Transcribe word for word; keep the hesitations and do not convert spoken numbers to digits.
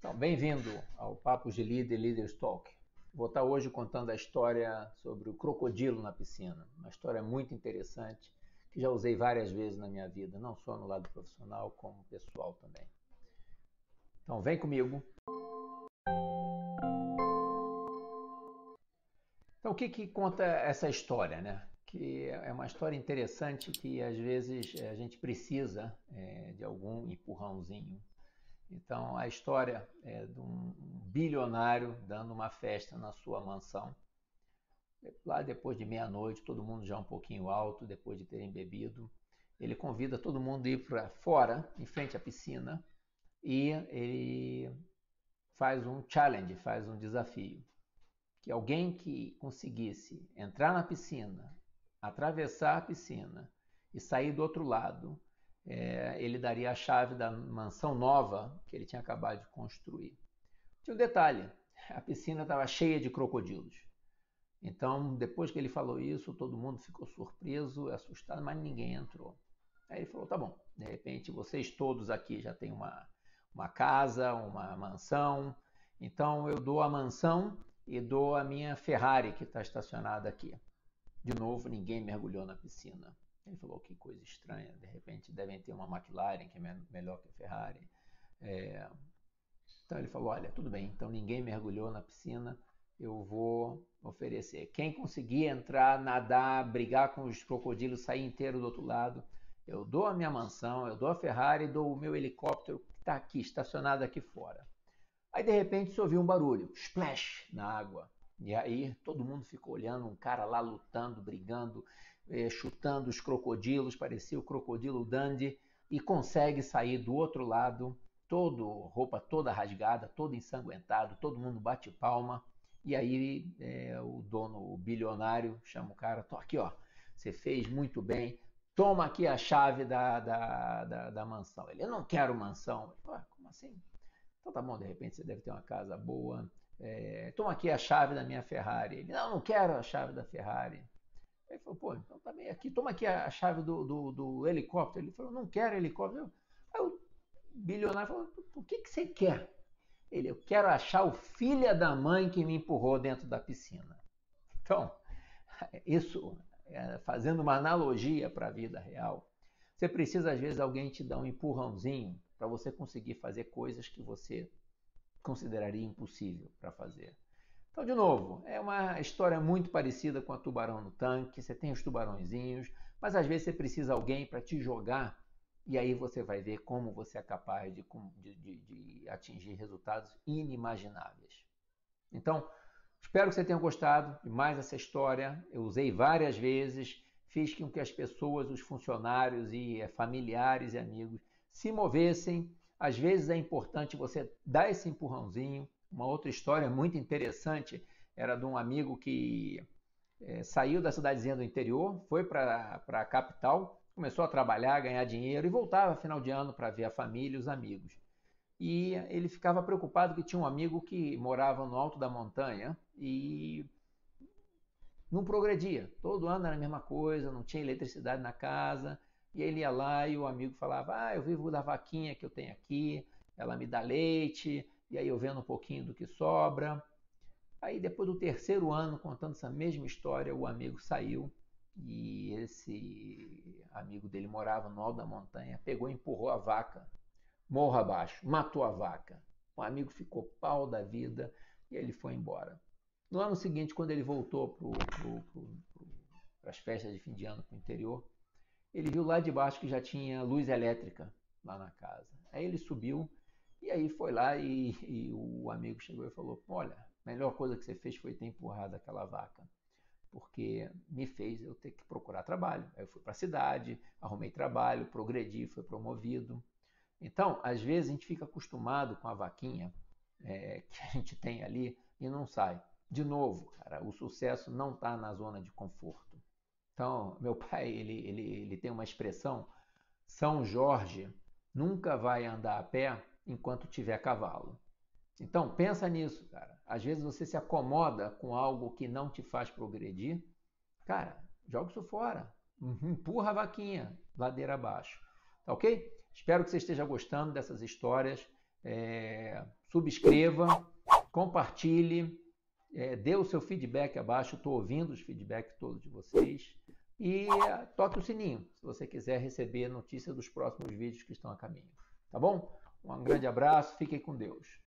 Então, bem-vindo ao Papos de Líder, Leaders Talk. Vou estar hoje contando a história sobre o crocodilo na piscina. Uma história muito interessante que já usei várias vezes na minha vida, não só no lado profissional, como pessoal também. Então, vem comigo. Então, o que, que conta essa história, né? Que é uma história interessante que às vezes a gente precisa é, de algum empurrãozinho. Então, a história é de um bilionário dando uma festa na sua mansão. Lá depois de meia-noite, todo mundo já um pouquinho alto, depois de terem bebido. Ele convida todo mundo a ir para fora, em frente à piscina, e ele faz um challenge, faz um desafio. Que alguém que conseguisse entrar na piscina, atravessar a piscina e sair do outro lado, é, ele daria a chave da mansão nova que ele tinha acabado de construir. Tinha um detalhe, a piscina estava cheia de crocodilos. Então, depois que ele falou isso, todo mundo ficou surpreso, assustado, mas ninguém entrou. Aí ele falou, tá bom, de repente vocês todos aqui já têm uma, uma casa, uma mansão, então eu dou a mansão e dou a minha Ferrari que está estacionada aqui. De novo, ninguém mergulhou na piscina. Ele falou, que coisa estranha, de repente devem ter uma McLaren que é melhor que a Ferrari. É... Então ele falou, olha, tudo bem, então ninguém mergulhou na piscina, eu vou oferecer. Quem conseguir entrar, nadar, brigar com os crocodilos, sair inteiro do outro lado, eu dou a minha mansão, eu dou a Ferrari, dou o meu helicóptero que está aqui, estacionado aqui fora. Aí de repente se ouviu um barulho, splash, na água. E aí todo mundo ficou olhando, um cara lá lutando, brigando, eh, chutando os crocodilos, parecia o crocodilo Dundee, e consegue sair do outro lado, todo, roupa toda rasgada, todo ensanguentado, todo mundo bate palma. E aí eh, o dono, o bilionário, chama o cara, tô aqui ó, você fez muito bem, toma aqui a chave da, da, da, da mansão. Ele, eu não quero mansão. Ele, ah, como assim? Então tá bom, de repente você deve ter uma casa boa. É, toma aqui a chave da minha Ferrari. Ele, não, não quero a chave da Ferrari. Ele falou, pô, então tá bem aqui, toma aqui a chave do, do, do helicóptero. Ele falou, não quero helicóptero. Aí o bilionário falou, o que, que você quer? Ele, eu quero achar o filho da mãe que me empurrou dentro da piscina. Então, isso, é, fazendo uma analogia para a vida real, você precisa, às vezes, alguém te dar um empurrãozinho para você conseguir fazer coisas que você consideraria impossível para fazer. Então, de novo, é uma história muito parecida com a Tubarão no Tanque. Você tem os tubarõezinhos, mas às vezes você precisa de alguém para te jogar e aí você vai ver como você é capaz de, de, de, de atingir resultados inimagináveis. Então, espero que você tenha gostado de mais essa história. Eu usei várias vezes, fiz com que as pessoas, os funcionários e familiares e amigos se movessem. Às vezes é importante você dar esse empurrãozinho. Uma outra história muito interessante era de um amigo que é, saiu da cidadezinha do interior, foi para a capital, começou a trabalhar, ganhar dinheiro e voltava final de ano para ver a família e os amigos. E ele ficava preocupado que tinha um amigo que morava no alto da montanha e não progredia. Todo ano era a mesma coisa, não tinha eletricidade na casa. E ele ia lá e o amigo falava, ah, eu vivo da vaquinha que eu tenho aqui, ela me dá leite, e aí eu vendo um pouquinho do que sobra. Aí depois do terceiro ano, contando essa mesma história, o amigo saiu e esse amigo dele morava no alto da montanha, pegou e empurrou a vaca morro abaixo, matou a vaca. O amigo ficou pau da vida e ele foi embora. No ano seguinte, quando ele voltou para as festas de fim de ano para o interior, ele viu lá de baixo que já tinha luz elétrica lá na casa. Aí ele subiu e aí foi lá e, e o amigo chegou e falou, olha, a melhor coisa que você fez foi ter empurrado aquela vaca, porque me fez eu ter que procurar trabalho. Aí eu fui para a cidade, arrumei trabalho, progredi, fui promovido. Então, às vezes a gente fica acostumado com a vaquinha é, que a gente tem ali e não sai. De novo, cara, o sucesso não está na zona de conforto. Então, meu pai, ele, ele, ele tem uma expressão, São Jorge nunca vai andar a pé enquanto tiver cavalo. Então, pensa nisso, cara. Às vezes você se acomoda com algo que não te faz progredir. Cara, joga isso fora. Empurra a vaquinha ladeira abaixo. Tá ok? Espero que você esteja gostando dessas histórias é, subscreva, compartilhe, é, dê o seu feedback abaixo, estou ouvindo os feedbacks todos de vocês. E é, toque o sininho, se você quiser receber notícia dos próximos vídeos que estão a caminho. Tá bom? Um grande abraço, fiquem com Deus.